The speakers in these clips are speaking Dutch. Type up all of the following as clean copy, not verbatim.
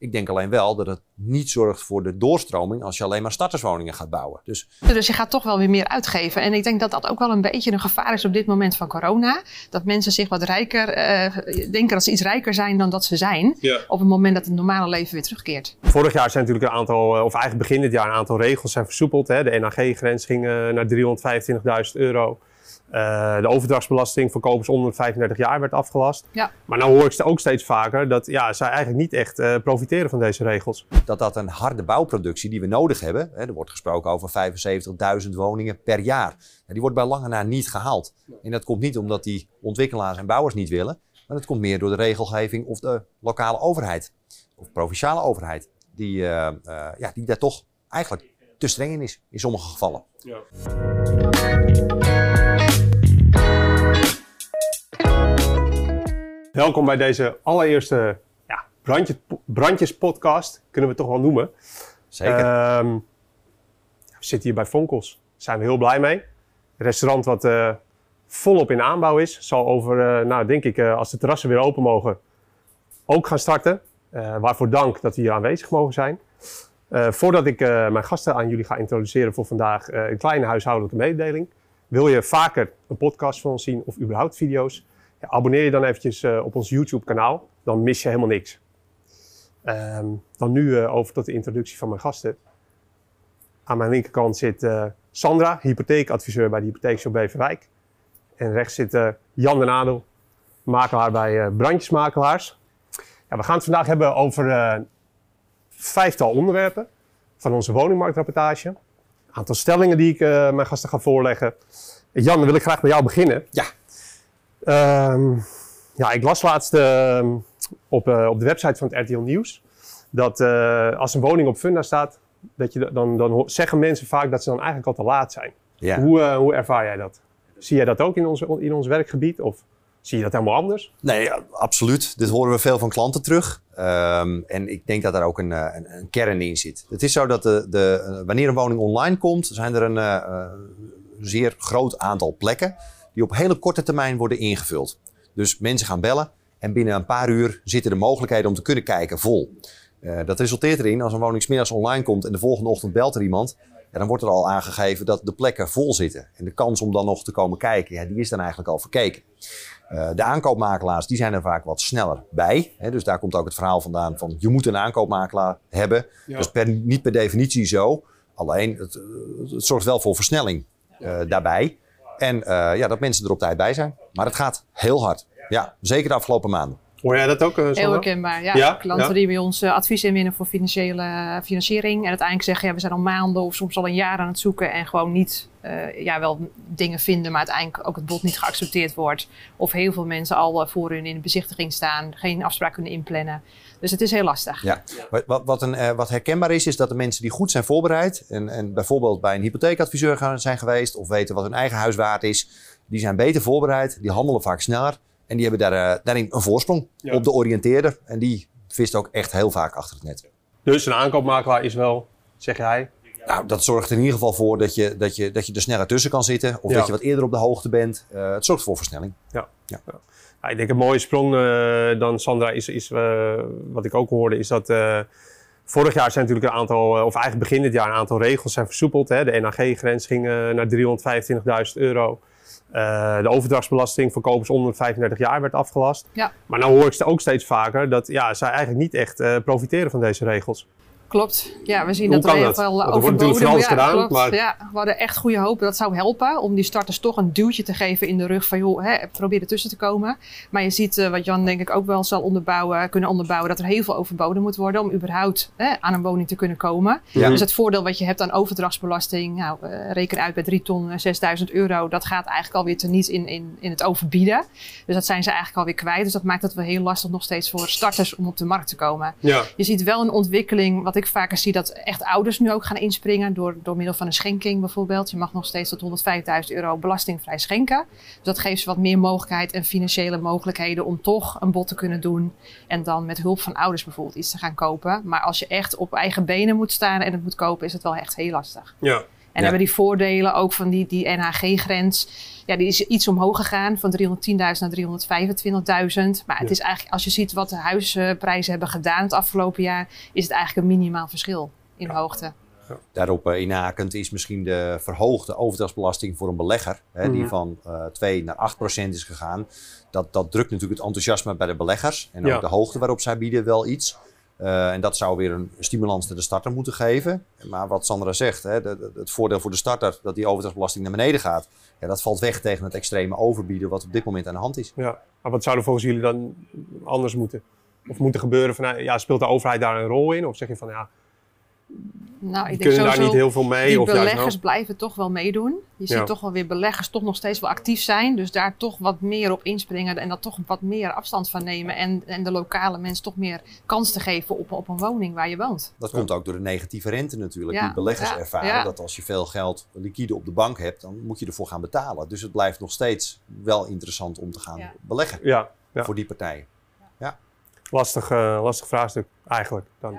Ik denk alleen wel dat het niet zorgt voor de doorstroming als je alleen maar starterswoningen gaat bouwen. Dus je gaat toch wel weer meer uitgeven. En ik denk dat dat ook wel een beetje een gevaar is op dit moment van corona. Dat mensen zich wat rijker denken dat ze iets rijker zijn dan dat ze zijn. Ja. Op het moment dat het normale leven weer terugkeert. Vorig jaar zijn natuurlijk een aantal, of eigenlijk begin dit jaar, een aantal regels zijn versoepeld. Hè. De NHG-grens ging naar €325.000. De overdrachtsbelasting voor kopers onder 35 jaar werd afgelast. Ja. Maar nu hoor ik ook steeds vaker dat zij eigenlijk niet echt profiteren van deze regels. Dat een harde bouwproductie die we nodig hebben, hè, er wordt gesproken over 75.000 woningen per jaar. Die wordt bij lange na niet gehaald. En dat komt niet omdat die ontwikkelaars en bouwers niet willen, maar dat komt meer door de regelgeving of de lokale overheid. Of provinciale overheid. Die daar toch eigenlijk te streng in is, in sommige gevallen. Ja. Welkom bij deze allereerste brandjespodcast, kunnen we het toch wel noemen. Zeker. We zitten hier bij Fonkels. Daar zijn we heel blij mee. Een restaurant wat volop in aanbouw is. Zal over, denk ik, als de terrassen weer open mogen, ook gaan starten. Waarvoor dank dat we hier aanwezig mogen zijn. Voordat ik mijn gasten aan jullie ga introduceren voor vandaag, een kleine huishoudelijke mededeling. Wil je vaker een podcast van ons zien of überhaupt video's? Ja, abonneer je dan eventjes op ons YouTube kanaal. Dan mis je helemaal niks. Dan nu over tot de introductie van mijn gasten. Aan mijn linkerkant zit Sandra, hypotheekadviseur bij de Hypotheekshow Beverwijk. En rechts zit Jan den Adel, makelaar bij Brandjesmakelaars. Ja, we gaan het vandaag hebben over een vijftal onderwerpen van onze woningmarktrapportage. Een aantal stellingen die ik mijn gasten ga voorleggen. Jan, dan wil ik graag bij jou beginnen. Ja. Ik las laatst op de website van het RTL Nieuws dat als een woning op Funda staat, dan zeggen mensen vaak dat ze dan eigenlijk al te laat zijn. Ja. Hoe ervaar jij dat? Zie jij dat ook in ons werkgebied of zie je dat helemaal anders? Nee, absoluut. Dit horen we veel van klanten terug. En ik denk dat daar ook een kern in zit. Het is zo dat wanneer een woning online komt, zijn er een zeer groot aantal plekken die op hele korte termijn worden ingevuld. Dus mensen gaan bellen en binnen een paar uur zitten de mogelijkheden om te kunnen kijken vol. Dat resulteert erin, als een woning 's middags online komt en de volgende ochtend belt er iemand, dan wordt er al aangegeven dat de plekken vol zitten. En de kans om dan nog te komen kijken, die is dan eigenlijk al verkeken. De aankoopmakelaars die zijn er vaak wat sneller bij. Dus daar komt ook het verhaal vandaan van je moet een aankoopmakelaar hebben. Ja. Dat is niet per definitie zo. Alleen het zorgt wel voor versnelling daarbij. En dat mensen er op tijd bij zijn. Maar het gaat heel hard. Ja, zeker de afgelopen maanden. Hoor jij dat ook? Heel herkenbaar. Ja. Klanten die bij ons advies inwinnen voor financiële financiering. En uiteindelijk zeggen we zijn al maanden of soms al een jaar aan het zoeken. En gewoon niet wel dingen vinden, maar uiteindelijk ook het bod niet geaccepteerd wordt. Of heel veel mensen al voor hun in de bezichtiging staan. Geen afspraak kunnen inplannen. Dus het is heel lastig. Ja. Wat herkenbaar is dat de mensen die goed zijn voorbereid. En bijvoorbeeld bij een hypotheekadviseur zijn geweest. Of weten wat hun eigen huis waard is. Die zijn beter voorbereid. Die handelen vaak sneller. En die hebben daarin een voorsprong op de oriënteerder. En die vist ook echt heel vaak achter het net. Dus een aankoopmakelaar is wel, zeg jij? Nou, dat zorgt er in ieder geval voor dat je er sneller tussen kan zitten. Of dat je wat eerder op de hoogte bent. Het zorgt voor versnelling. Ja. Ik denk een mooie sprong dan Sandra is wat ik ook hoorde, is dat vorig jaar zijn natuurlijk een aantal, of eigenlijk begin dit jaar, een aantal regels zijn versoepeld. Hè. De NHG-grens ging naar €325.000. De overdrachtsbelasting voor kopers onder 35 jaar werd afgelast. Ja. Maar nu hoor ik ook steeds vaker dat zij eigenlijk niet echt profiteren van deze regels. Klopt. Ja, we zien dat er heel veel overboden wordt natuurlijk van alles gedaan. Klopt. Maar... Ja, we hadden echt goede hoop dat zou helpen om die starters toch een duwtje te geven in de rug van probeer ertussen te komen. Maar je ziet wat Jan denk ik ook wel zal kunnen onderbouwen dat er heel veel overboden moet worden om überhaupt aan een woning te kunnen komen. Ja. Dus het voordeel wat je hebt aan overdrachtsbelasting, reken uit bij 3 ton €6.000, dat gaat eigenlijk alweer teniet in het overbieden. Dus dat zijn ze eigenlijk alweer kwijt. Dus dat maakt het wel heel lastig nog steeds voor starters om op de markt te komen. Ja. Je ziet wel een ontwikkeling, wat ik vaker zie, dat echt ouders nu ook gaan inspringen door middel van een schenking bijvoorbeeld. Je mag nog steeds tot €105.000 belastingvrij schenken. Dus dat geeft ze wat meer mogelijkheid en financiële mogelijkheden om toch een bod te kunnen doen. En dan met hulp van ouders bijvoorbeeld iets te gaan kopen. Maar als je echt op eigen benen moet staan en het moet kopen, is het wel echt heel lastig. Ja. En hebben die voordelen ook van die NHG-grens. Ja, die is iets omhoog gegaan van 310.000 naar 325.000. Maar het is eigenlijk, als je ziet wat de huisprijzen hebben gedaan het afgelopen jaar, is het eigenlijk een minimaal verschil in hoogte. Daarop inhakend is misschien de verhoogde overdrachtsbelasting voor een belegger, die van 2 naar 8% is gegaan. Dat drukt natuurlijk het enthousiasme bij de beleggers. En ook de hoogte waarop zij bieden wel iets. En dat zou weer een stimulans naar de starter moeten geven. Maar wat Sandra zegt, het voordeel voor de starter dat die overdrachtsbelasting naar beneden gaat. Ja, dat valt weg tegen het extreme overbieden wat op dit moment aan de hand is. Ja, maar wat zou er volgens jullie dan anders moeten? Of moeten gebeuren? Speelt de overheid daar een rol in? Of zeg je van Nou, ik kunnen daar niet heel veel mee? Die of beleggers blijven toch wel meedoen. Je ziet toch wel weer beleggers toch nog steeds wel actief zijn. Dus daar toch wat meer op inspringen en daar toch wat meer afstand van nemen. En de lokale mensen toch meer kans te geven op een woning waar je woont. Dat komt ook door de negatieve rente natuurlijk. Die beleggers ervaren dat als je veel geld liquide op de bank hebt, dan moet je ervoor gaan betalen. Dus het blijft nog steeds wel interessant om te gaan beleggen voor die partijen. Ja. Lastig vraagstuk eigenlijk dan.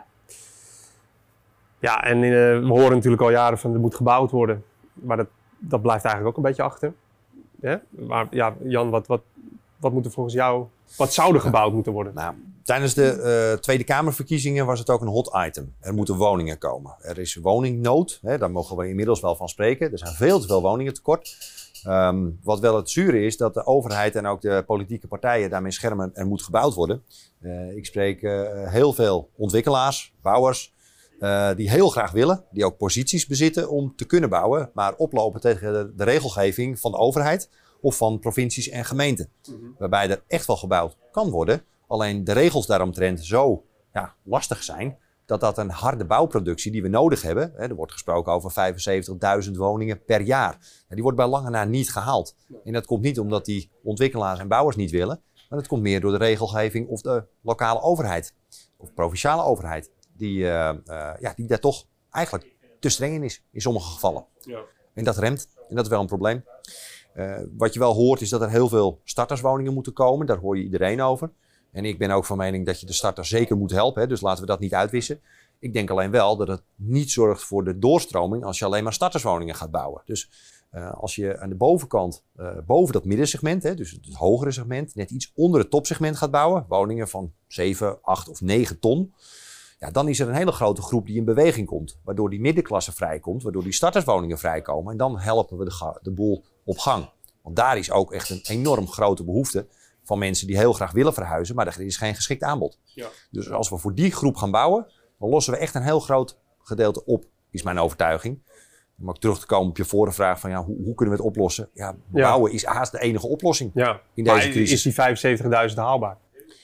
Ja, en we horen natuurlijk al jaren van er moet gebouwd worden. Maar dat blijft eigenlijk ook een beetje achter. Ja? Maar ja, Jan, wat moet er volgens jou, wat zou er gebouwd moeten worden? Nou, tijdens de Tweede Kamerverkiezingen was het ook een hot item. Er moeten woningen komen. Er is woningnood, daar mogen we inmiddels wel van spreken. Er zijn veel te veel woningen tekort. Wat wel het zure is, dat de overheid en ook de politieke partijen daarmee schermen, er moet gebouwd worden. Ik spreek heel veel ontwikkelaars, bouwers, die heel graag willen, die ook posities bezitten om te kunnen bouwen, maar oplopen tegen de regelgeving van de overheid of van provincies en gemeenten. Waarbij er echt wel gebouwd kan worden, alleen de regels daaromtrent zo lastig zijn, dat een harde bouwproductie die we nodig hebben, er wordt gesproken over 75.000 woningen per jaar, die wordt bij lange na niet gehaald. En dat komt niet omdat die ontwikkelaars en bouwers niet willen, maar dat komt meer door de regelgeving of de lokale overheid of provinciale overheid. Die daar toch eigenlijk te streng in is, in sommige gevallen. Ja. En dat remt. En dat is wel een probleem. Wat je wel hoort is dat er heel veel starterswoningen moeten komen. Daar hoor je iedereen over. En ik ben ook van mening dat je de starters zeker moet helpen. Dus laten we dat niet uitwissen. Ik denk alleen wel dat het niet zorgt voor de doorstroming als je alleen maar starterswoningen gaat bouwen. Dus als je aan de bovenkant, boven dat middensegment, dus het hogere segment, net iets onder het topsegment gaat bouwen. Woningen van 7, 8 of 9 ton. Ja, dan is er een hele grote groep die in beweging komt. Waardoor die middenklasse vrijkomt, waardoor die starterswoningen vrijkomen. En dan helpen we de boel op gang. Want daar is ook echt een enorm grote behoefte van mensen die heel graag willen verhuizen. Maar er is geen geschikt aanbod. Ja. Dus als we voor die groep gaan bouwen, dan lossen we echt een heel groot gedeelte op, is mijn overtuiging. Om ook terug te komen op je vorige vraag van hoe kunnen we het oplossen? Ja, bouwen is haast de enige oplossing in deze crisis. Is die 75.000 haalbaar?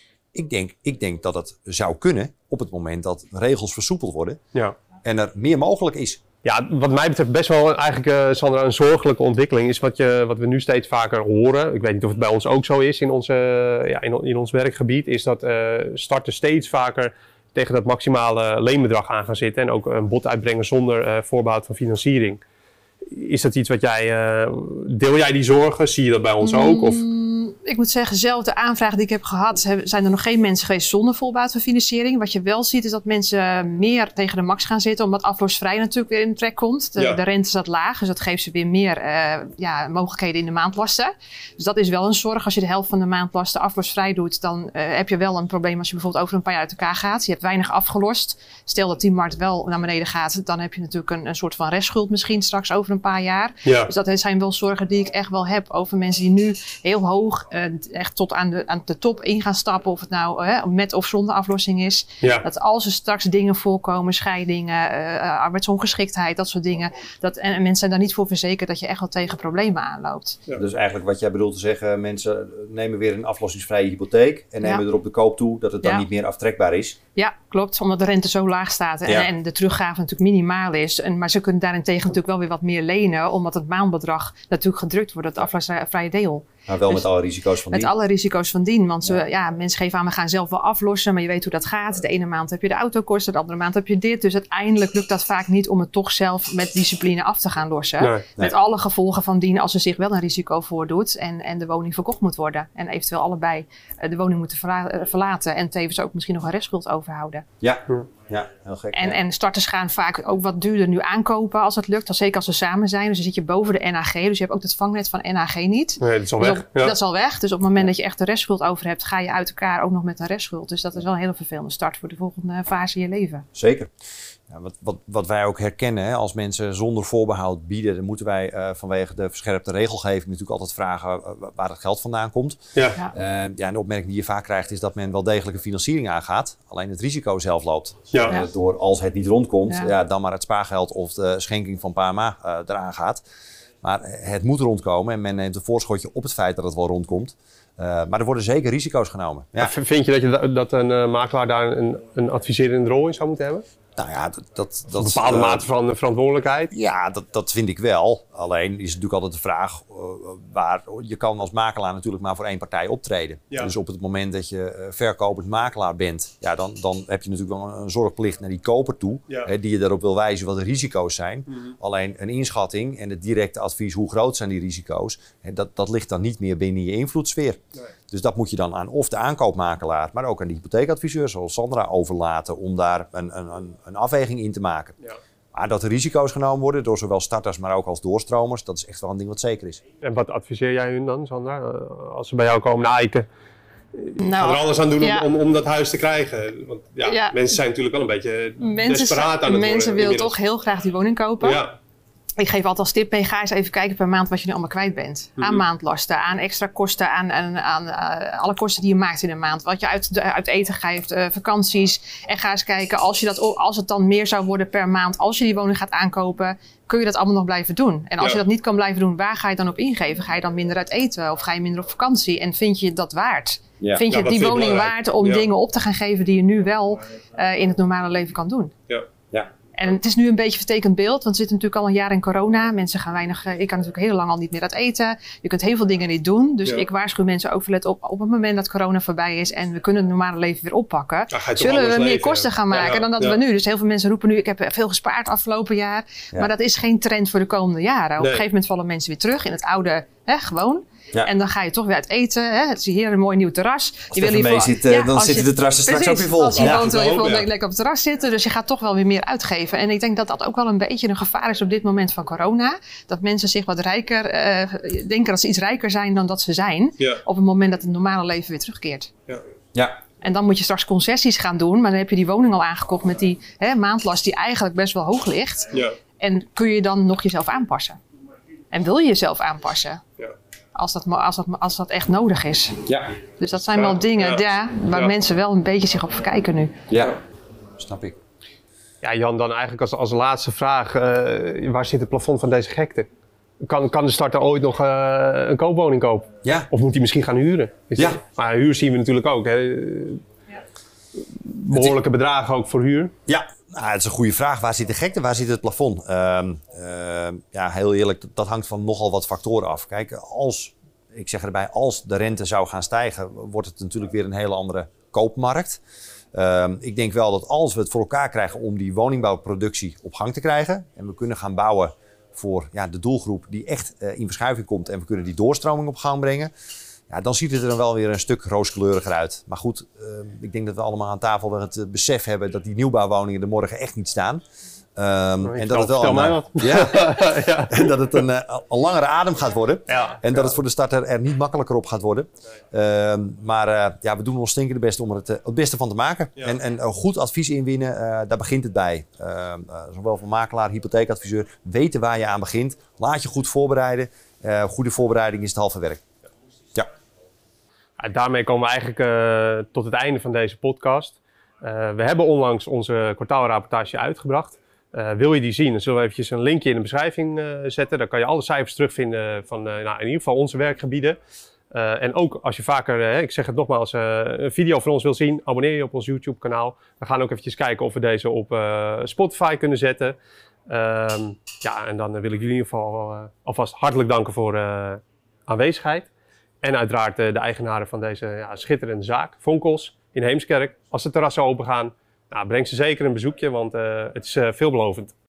Ik denk dat het zou kunnen op het moment dat regels versoepeld worden en er meer mogelijk is. Ja, wat mij betreft best wel eigenlijk, Sandra, een zorgelijke ontwikkeling is wat we nu steeds vaker horen. Ik weet niet of het bij ons ook zo is in ons werkgebied, is dat starters steeds vaker tegen dat maximale leenbedrag aan gaan zitten en ook een bod uitbrengen zonder voorbehoud van financiering. Is dat iets wat deel jij die zorgen? Zie je dat bij ons ook? Of? Ik moet zeggen, zelf de aanvraag die ik heb gehad, zijn er nog geen mensen geweest zonder voorbaat van financiering. Wat je wel ziet is dat mensen meer tegen de max gaan zitten, omdat aflosvrij natuurlijk weer in trek komt. De rente staat laag, dus dat geeft ze weer meer mogelijkheden in de maandlasten. Dus dat is wel een zorg. Als je de helft van de maandlasten aflosvrij doet, dan heb je wel een probleem als je bijvoorbeeld over een paar jaar uit elkaar gaat. Je hebt weinig afgelost. Stel dat die markt wel naar beneden gaat, dan heb je natuurlijk een soort van restschuld misschien straks over een paar jaar. Ja. Dus dat zijn wel zorgen die ik echt wel heb over mensen die nu heel hoog echt tot aan de top in gaan stappen, of het nou met of zonder aflossing is. Ja. Dat als er straks dingen voorkomen, scheidingen, arbeidsongeschiktheid, dat soort dingen, en mensen zijn daar niet voor verzekerd dat je echt wel tegen problemen aanloopt. Ja. Dus eigenlijk wat jij bedoelt te zeggen, mensen nemen weer een aflossingsvrije hypotheek en nemen er op de koop toe dat het dan niet meer aftrekbaar is. Ja, klopt, omdat de rente zo laag staat en de teruggave natuurlijk minimaal is. Maar ze kunnen daarentegen natuurlijk wel weer wat meer lenen, omdat het maandbedrag natuurlijk gedrukt wordt, het aflossingsvrije deel. Maar wel met alle risico's van dien. Met alle risico's van dien. Want mensen geven aan, we gaan zelf wel aflossen, maar je weet hoe dat gaat. De ene maand heb je de autokosten, de andere maand heb je dit. Dus uiteindelijk lukt dat vaak niet om het toch zelf met discipline af te gaan lossen. Nee. Met alle gevolgen van dien als er zich wel een risico voordoet en de woning verkocht moet worden. En eventueel allebei de woning moeten verlaten en tevens ook misschien nog een restschuld overhouden. Ja. Ja, heel gek. En starters gaan vaak ook wat duurder nu aankopen als het lukt. Dan zeker als ze samen zijn. Dus dan zit je boven de NHG. Dus je hebt ook het vangnet van NHG niet. Nee, dat is al weg. Dat is al weg. Dus op het moment dat je echt de restschuld over hebt, ga je uit elkaar ook nog met een restschuld. Dus dat is wel een hele vervelende start voor de volgende fase in je leven. Zeker. Ja, wat wij ook herkennen, hè, als mensen zonder voorbehoud bieden, dan moeten wij vanwege de verscherpte regelgeving natuurlijk altijd vragen waar het geld vandaan komt. Ja. En de opmerking die je vaak krijgt is dat men wel degelijk een financiering aangaat, alleen het risico zelf loopt. Ja. Door als het niet rondkomt, dan maar het spaargeld of de schenking van PMA eraan gaat. Maar het moet rondkomen en men neemt een voorschotje op het feit dat het wel rondkomt. Maar er worden zeker risico's genomen. Ja. Vind je dat een makelaar daar een adviserende rol in zou moeten hebben? Nou ja, Een bepaalde mate van verantwoordelijkheid? Ja, dat vind ik wel. Alleen is natuurlijk altijd de vraag waar je kan als makelaar natuurlijk maar voor één partij optreden. Ja. Dus op het moment dat je verkopend makelaar bent, ja, dan heb je natuurlijk wel een zorgplicht naar die koper toe. Ja. Hè, die je daarop wil wijzen wat de risico's zijn. Alleen een inschatting en het directe advies, hoe groot zijn die risico's, hè, dat ligt dan niet meer binnen je invloedssfeer. Nee. Dus dat moet je dan aan of de aankoopmakelaar, maar ook aan de hypotheekadviseur zoals Sandra overlaten om daar een afweging in te maken. Ja. Maar dat er risico's genomen worden door zowel starters maar ook als doorstromers, dat is echt wel een ding wat zeker is. En wat adviseer jij hun dan, Sandra? Als ze bij jou komen, ga er alles aan doen om dat huis te krijgen. Want mensen zijn natuurlijk wel een beetje desperaat aan het worden. Mensen willen toch heel graag die woning kopen. Ja. Ik geef altijd als tip mee, ga eens even kijken per maand wat je nu allemaal kwijt bent. Aan maandlasten, aan extra kosten, aan alle kosten die je maakt in een maand. Wat je uit eten geeft, vakanties. En ga eens kijken, als het dan meer zou worden per maand, als je die woning gaat aankopen, kun je dat allemaal nog blijven doen. En als je dat niet kan blijven doen, waar ga je dan op ingeven? Ga je dan minder uit eten of ga je minder op vakantie? En vind je dat waard? Ja. Vind je die woning waard om dingen op te gaan geven die je nu wel in het normale leven kan doen? Ja. En het is nu een beetje een vertekend beeld, want we zitten natuurlijk al een jaar in corona. Mensen gaan weinig, ik kan natuurlijk heel lang al niet meer uit eten. Je kunt heel veel dingen niet doen. Dus ik waarschuw mensen ook let op het moment dat corona voorbij is en we kunnen het normale leven weer oppakken. Zullen we meer kosten gaan maken dan dat we nu. Dus heel veel mensen roepen nu, ik heb veel gespaard afgelopen jaar. Ja. Maar dat is geen trend voor de komende jaren. Op een gegeven moment vallen mensen weer terug in het oude, gewoon. Ja. En dan ga je toch weer uit eten. Hè? Het is hier een mooi nieuw terras. Dan zitten de terrassen straks ook weer vol. Als je woont wil je vol lekker op het terras zitten. Dus je gaat toch wel weer meer uitgeven. En ik denk dat dat ook wel een beetje een gevaar is op dit moment van corona. Dat mensen zich wat rijker denken dat ze iets rijker zijn dan dat ze zijn. Ja. Op het moment dat het normale leven weer terugkeert. Ja. En dan moet je straks concessies gaan doen. Maar dan heb je die woning al aangekocht met die maandlast die eigenlijk best wel hoog ligt. Ja. En kun je dan nog jezelf aanpassen? En wil je jezelf aanpassen? Ja. Als dat echt nodig is. Ja. Dus dat zijn wel dingen waar mensen wel een beetje zich op verkijken nu. Ja, snap ik. Ja, Jan, dan eigenlijk als laatste vraag. Waar zit het plafond van deze gekte? Kan de starter ooit nog een koopwoning kopen? Ja. Of moet hij misschien gaan huren? Maar huur zien we natuurlijk ook. Hè? Behoorlijke bedragen ook voor huur. Ja. Nou, het is een goede vraag. Waar zit de gekte? Waar zit het plafond? Heel eerlijk, dat hangt van nogal wat factoren af. Kijk, als de rente zou gaan stijgen, wordt het natuurlijk weer een hele andere koopmarkt. Ik denk wel dat als we het voor elkaar krijgen om die woningbouwproductie op gang te krijgen en we kunnen gaan bouwen voor de doelgroep die echt in verschuiving komt en we kunnen die doorstroming op gang brengen, ja, dan ziet het er dan wel weer een stuk rooskleuriger uit. Maar goed, ik denk dat we allemaal aan tafel wel het besef hebben dat die nieuwbouwwoningen er morgen echt niet staan. En dat het wel en dat het een langere adem gaat worden. En dat het voor de starter er niet makkelijker op gaat worden. Maar we doen ons stinkende best om er het beste van te maken. Ja. En een goed advies inwinnen, daar begint het bij. Zowel van makelaar, hypotheekadviseur. Weten waar je aan begint. Laat je goed voorbereiden. Goede voorbereiding is het halve werk. Ja, daarmee komen we eigenlijk tot het einde van deze podcast. We hebben onlangs onze kwartaalrapportage uitgebracht. Wil je die zien, dan zullen we eventjes een linkje in de beschrijving zetten. Daar kan je alle cijfers terugvinden van in ieder geval onze werkgebieden. En ook als je vaker, ik zeg het nogmaals, een video van ons wil zien, abonneer je op ons YouTube kanaal. We gaan ook eventjes kijken of we deze op Spotify kunnen zetten. En dan wil ik jullie in ieder geval alvast hartelijk danken voor aanwezigheid. En uiteraard de eigenaren van deze schitterende zaak, Fonkels in Heemskerk. Als de terrassen open gaan, breng ze zeker een bezoekje, want het is veelbelovend.